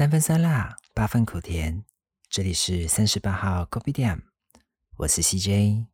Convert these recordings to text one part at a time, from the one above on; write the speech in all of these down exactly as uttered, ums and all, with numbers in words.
三分酸辣，八分苦甜。这里是三十八号 Kopitiam， 我是 C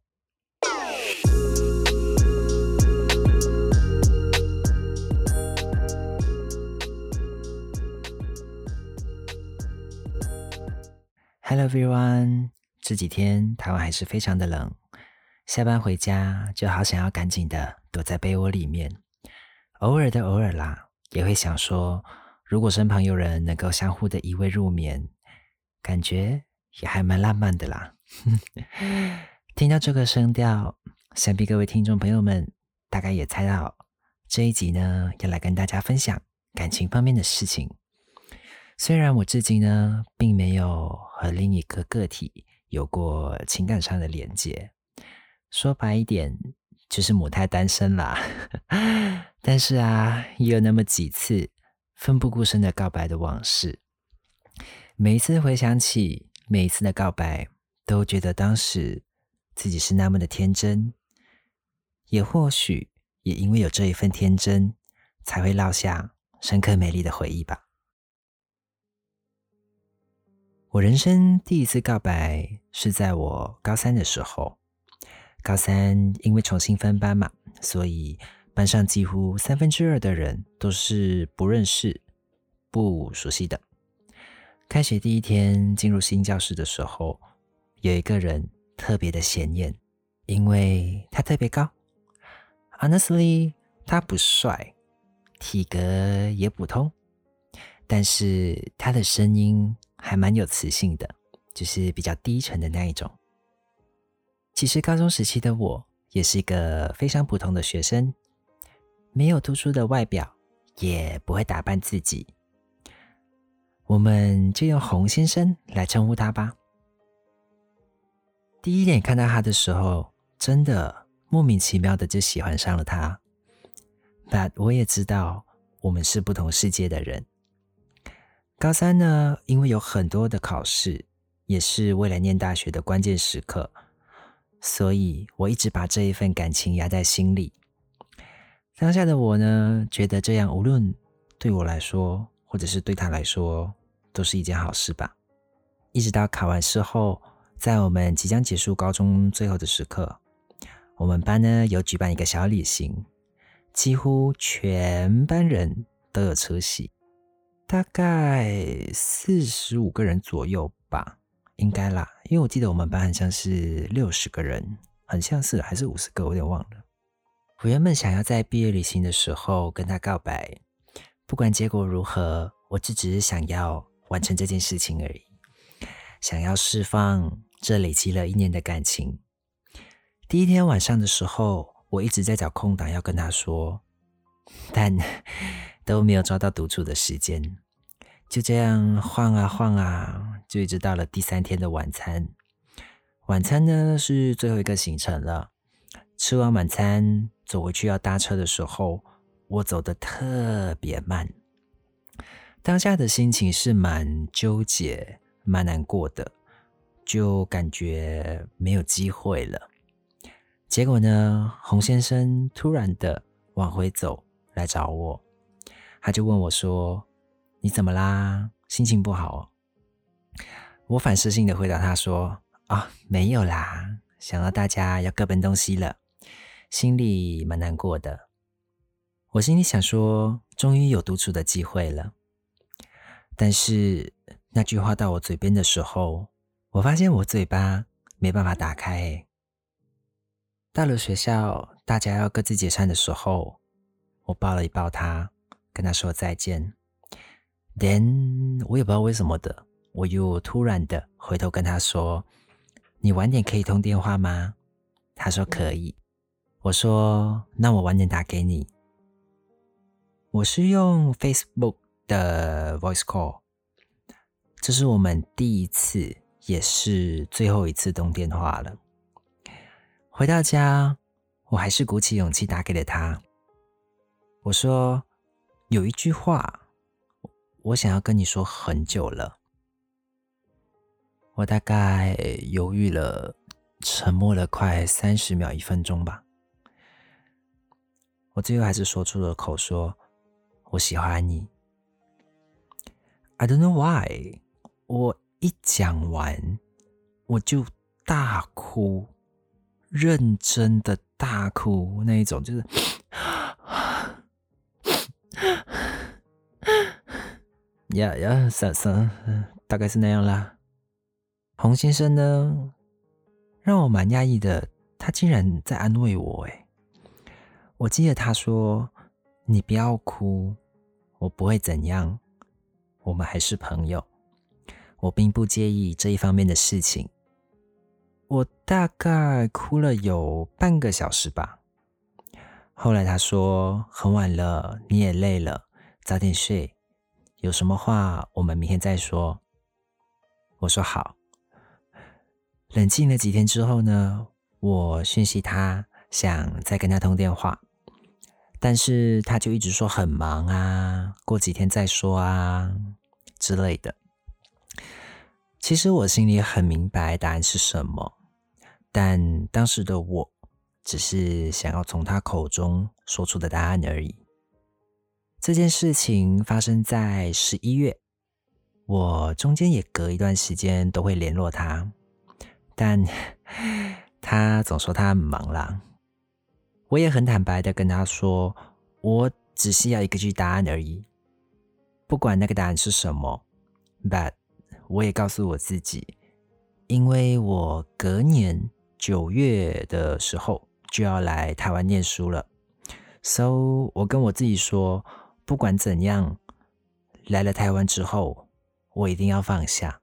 J。Hello everyone， 这几天台湾还是非常的冷，下班回家就好想要赶紧的躲在被窝里面。偶尔的偶尔啦，也会想说，如果身旁有人能够相互的依偎入眠，感觉也还蛮浪漫的啦。听到这个声调，想必各位听众朋友们大概也猜到，这一集呢要来跟大家分享感情方面的事情。虽然我至今呢并没有和另一个个体有过情感上的连结，说白一点就是母胎单身啦。但是啊，也有那么几次奋不顾身的告白的往事。每一次回想起每一次的告白，都觉得当时自己是那么的天真，也或许也因为有这一份天真，才会烙下深刻美丽的回忆吧。我人生第一次告白是在我高三的时候。高三因为重新分班嘛，所以班上几乎三分之二的人都是不认识、不熟悉的。开学第一天进入新教室的时候，有一个人特别的显眼，因为他特别高。Honestly， 他不帅，体格也普通，但是他的声音还蛮有磁性的，就是比较低沉的那一种。其实高中时期的我也是一个非常普通的学生，没有突出的外表，也不会打扮自己，我们就用洪先生来称呼他吧。第一眼看到他的时候，真的莫名其妙的就喜欢上了他。但我也知道我们是不同世界的人。高三呢，因为有很多的考试，也是未来念大学的关键时刻，所以我一直把这一份感情压在心里。当下的我呢，觉得这样无论对我来说，或者是对他来说，都是一件好事吧。一直到考完试后，在我们即将结束高中最后的时刻，我们班呢有举办一个小旅行，几乎全班人都有出席，大概四十五个人左右吧，应该啦，因为我记得我们班很像是六十个人，很像是还是五十个，我有点忘了。我原本想要在毕业旅行的时候跟他告白，不管结果如何，我就只是想要完成这件事情而已，想要释放这累积了一年的感情。第一天晚上的时候，我一直在找空档要跟他说，但都没有抓到独处的时间。就这样晃啊晃啊，就一直到了第三天的晚餐。晚餐呢是最后一个行程了。吃完晚餐走回去要搭车的时候，我走得特别慢。当下的心情是蛮纠结、蛮难过的，就感觉没有机会了。结果呢，洪先生突然的往回走来找我，他就问我说，你怎么啦？心情不好哦？我反射性的回答他说，哦，没有啦，想到大家要各奔东西了，心里蛮难过的。我心里想说，终于有独处的机会了。但是那句话到我嘴边的时候，我发现我嘴巴没办法打开耶。到了学校，大家要各自解散的时候，我抱了一抱他，跟他说再见。Then 我也不知道为什么的，我又突然的回头跟他说，你晚点可以通电话吗？他说可以。我说那我晚点打给你。我是用 Facebook 的 Voice Call， 这是我们第一次也是最后一次通电话了。回到家，我还是鼓起勇气打给了他。我说有一句话我想要跟你说很久了。我大概犹豫了，沉默了快三十秒一分钟吧。我最后还是说出了口说，我喜欢你。 I don't know why， 我一讲完我就大哭，认真的大哭那一种，就是呀呀，算算，大概是那样啦。洪先生呢，让我蛮讶异的，他竟然在安慰我诶。我记得他说，你不要哭，我不会怎样，我们还是朋友，我并不介意这一方面的事情。我大概哭了有半个小时吧。后来他说，很晚了，你也累了，早点睡，有什么话我们明天再说。我说好。冷静了几天之后呢，我讯息他，想再跟他通电话，但是他就一直说很忙啊，过几天再说啊之类的。其实我心里很明白答案是什么，但当时的我只是想要从他口中说出的答案而已。这件事情发生在十一月，我中间也隔一段时间都会联络他，但他总说他很忙啦。我也很坦白的跟他说，我只是要一个句答案而已，不管那个答案是什么 but 我也告诉我自己，因为我隔年九月的时候就要来台湾念书了， so 我跟我自己说，不管怎样，来了台湾之后我一定要放下。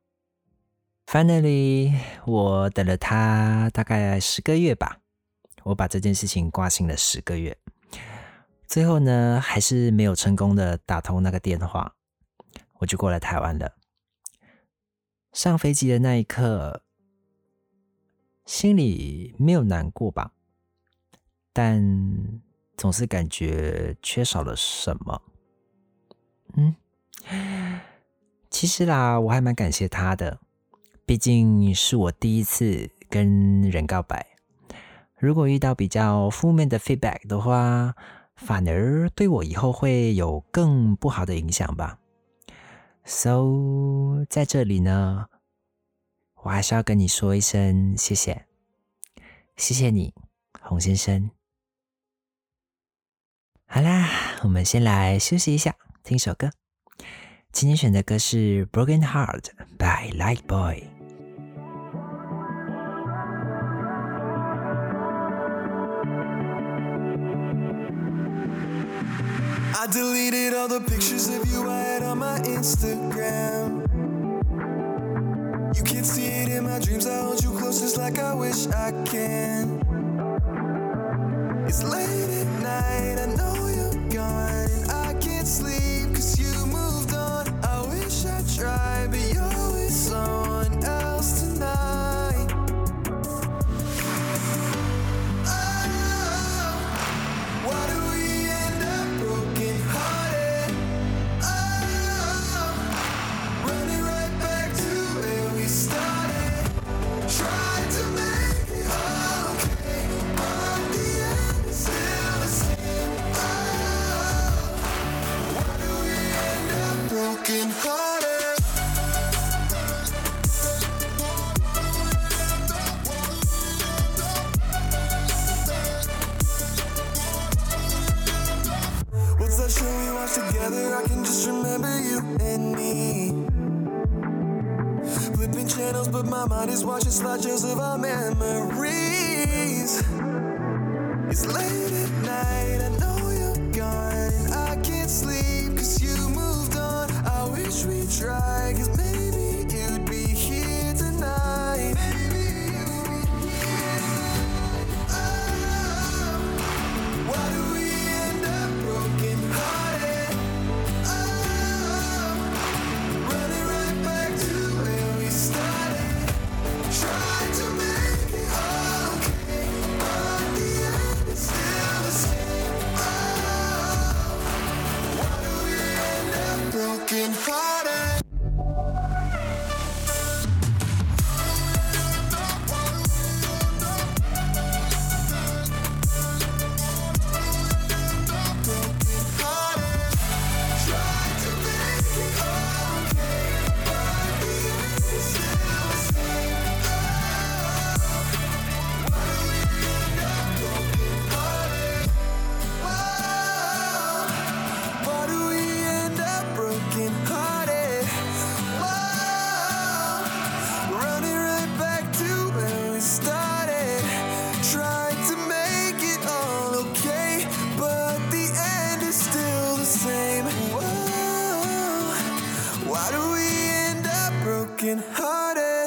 Finally 我等了他大概十个月吧，我把这件事情挂心了十个月，最后呢还是没有成功的打通那个电话，我就过来台湾了。上飞机的那一刻，心里没有难过吧，但总是感觉缺少了什么。嗯，其实啦，我还蛮感谢他的，毕竟是我第一次跟人告白。如果遇到比较负面的 feedback 的话，反而对我以后会有更不好的影响吧。So 在这里呢，我还是要跟你说一声谢谢，谢谢你，洪先生。好啦，我们先来休息一下，听首歌。今天选的歌是 Broken Heart by Light Boy。 I deleted all the pictures of you I had on my Instagram. You can't see it in my dreams, I hold you closest like I wish I can. It's late at night, I know you're gone, and I can't sleep cause you moved on. I wish I tried, but you're with someone else tonight. Oh, why do we end up broken hearted? Oh, running right back to where we started. Tried to make it all okay, but the end is still the same. Oh, why do we end up broken hearted? What's that show we watched together? I can just remember you and me. Flipping channels, but my mind is watching slideshows of our memories. It's late at night, I know you're gone, and I can't sleep cause you moved on. I wish we tried, cause maybe you'd be here tonight. Maybe you'd be here tonight. Oh, why do we end up broken hearted? Oh, running right back to where we started. Tried to make it all okay, but the end is still the same. Oh, why do we end up broken hearted? Why do we end up broken hearted?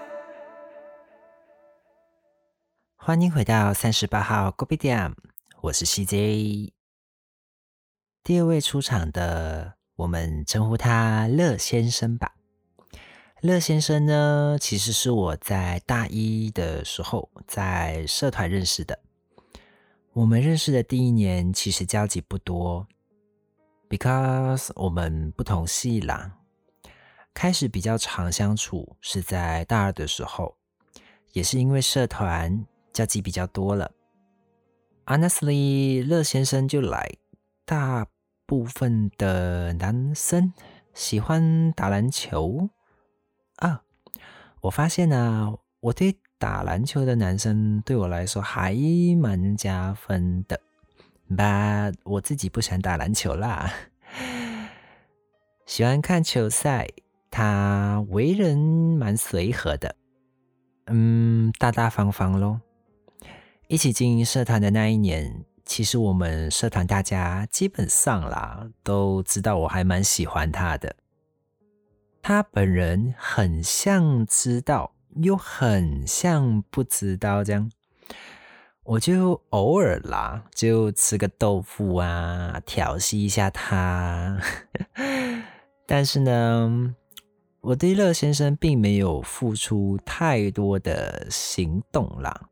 欢迎回到三十八号 Kopitiam， 我是 C J。 第二位出场的，我们称呼他乐先生吧。乐先生呢，其实是我在大一的时候在社团认识的。我们认识的第一年其实交集不多， because 我们不同系啦。开始比较常相处是在大二的时候，也是因为社团交集比较多了。 Honestly， 乐先生就来大部分的男生喜欢打篮球啊。我发现啊，我对打篮球的男生对我来说还蛮加分的， but 我自己不喜欢打篮球啦。喜欢看球赛，他为人蛮随和的，嗯，大大方方咯。一起经营社团的那一年，其实我们社团大家基本上啦都知道我还蛮喜欢他的。他本人很像知道，又很像不知道这样。我就偶尔啦，就吃个豆腐啊，调戏一下他。但是呢，我对乐先生并没有付出太多的行动啦。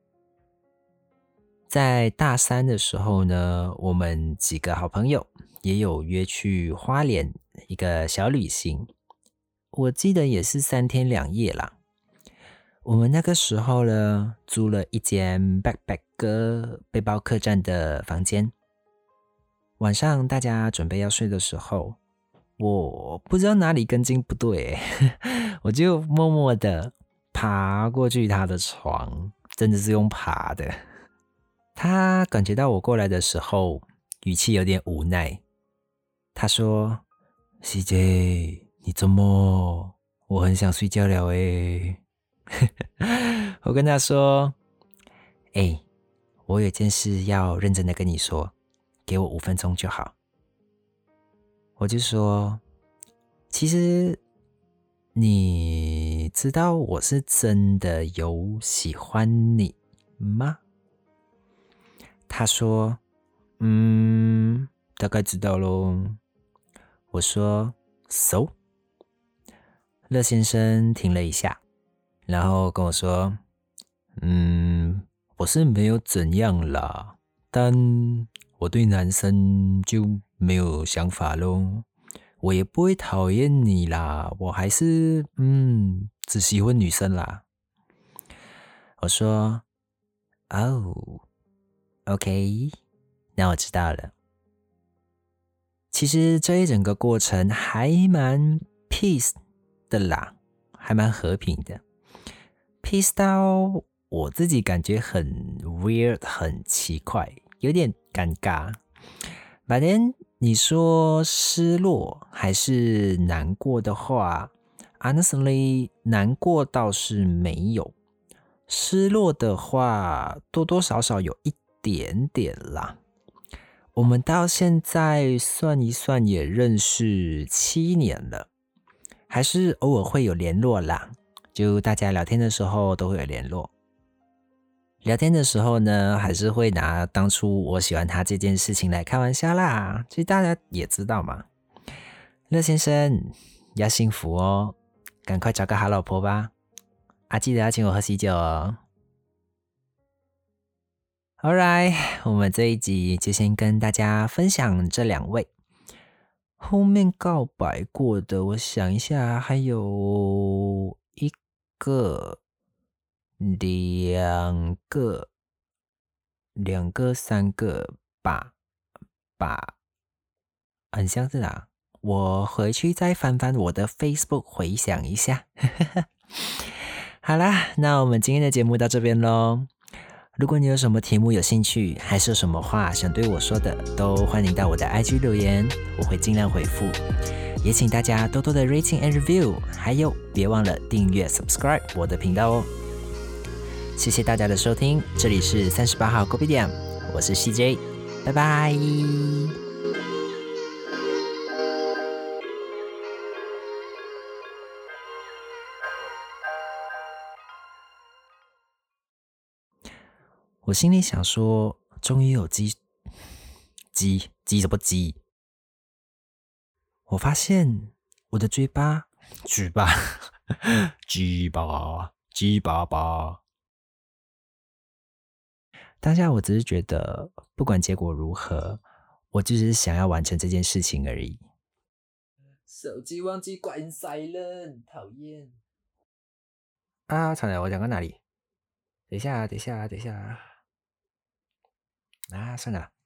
在大三的时候呢，我们几个好朋友也有约去花莲一个小旅行，我记得也是三天两夜啦。我们那个时候呢，租了一间 backpacker 背包客栈的房间。晚上大家准备要睡的时候，我不知道哪里根筋不对我就默默的爬过去他的床，真的是用爬的。他感觉到我过来的时候，语气有点无奈。他说 C J， 你怎么？我很想睡觉了诶。我跟他说，欸，我有件事要认真的跟你说，给我五分钟就好。我就说，其实你知道我是真的有喜欢你吗？他说，嗯，大概知道咯。我说 So？ 乐先生停了一下，然后跟我说，嗯，我是没有怎样啦，但我对男生就没有想法咯。我也不会讨厌你啦，我还是嗯只喜欢女生啦。我说，哦OK， 那我知道了。其实这一整个过程还蛮 peace 的啦，还蛮和平的。peace 到我自己感觉很 weird， 很奇怪，有点尴尬。But then 你说失落还是难过的话， honestly 难过倒是没有，失落的话多多少少有一点点啦。我们到现在算一算也认识七年了，还是偶尔会有联络啦，就大家聊天的时候都会有联络。聊天的时候呢，还是会拿当初我喜欢他这件事情来开玩笑啦，其实大家也知道嘛。乐先生要幸福哦，赶快找个好老婆吧，啊，记得要请我喝喜酒哦。Alright， 我们这一集就先跟大家分享这两位。后面告白过的，我想一下，还有一个、两个、两个、三个吧吧，很像是哪？我回去再翻翻我的 Facebook 回想一下。好啦，那我们今天的节目到这边咯。如果你有什么题目有兴趣，还是有什么话想对我说的，都欢迎到我的 I G 留言，我会尽量回复。也请大家多多的 rating and review， 还有别忘了订阅 subscribe 我的频道哦。谢谢大家的收听，这里是三十八号 Kopitiam， 我是 C J， 拜拜。 我心里想说，终于有鸡鸡鸡什么鸡？我发现我的嘴巴嘴巴鸡巴鸡巴巴。当下我只是觉得，不管结果如何，我就是想要完成这件事情而已。手机忘记关 silent， 讨厌。啊，惨了，我讲到哪里？等一下，等一下，等一下。啊，算了。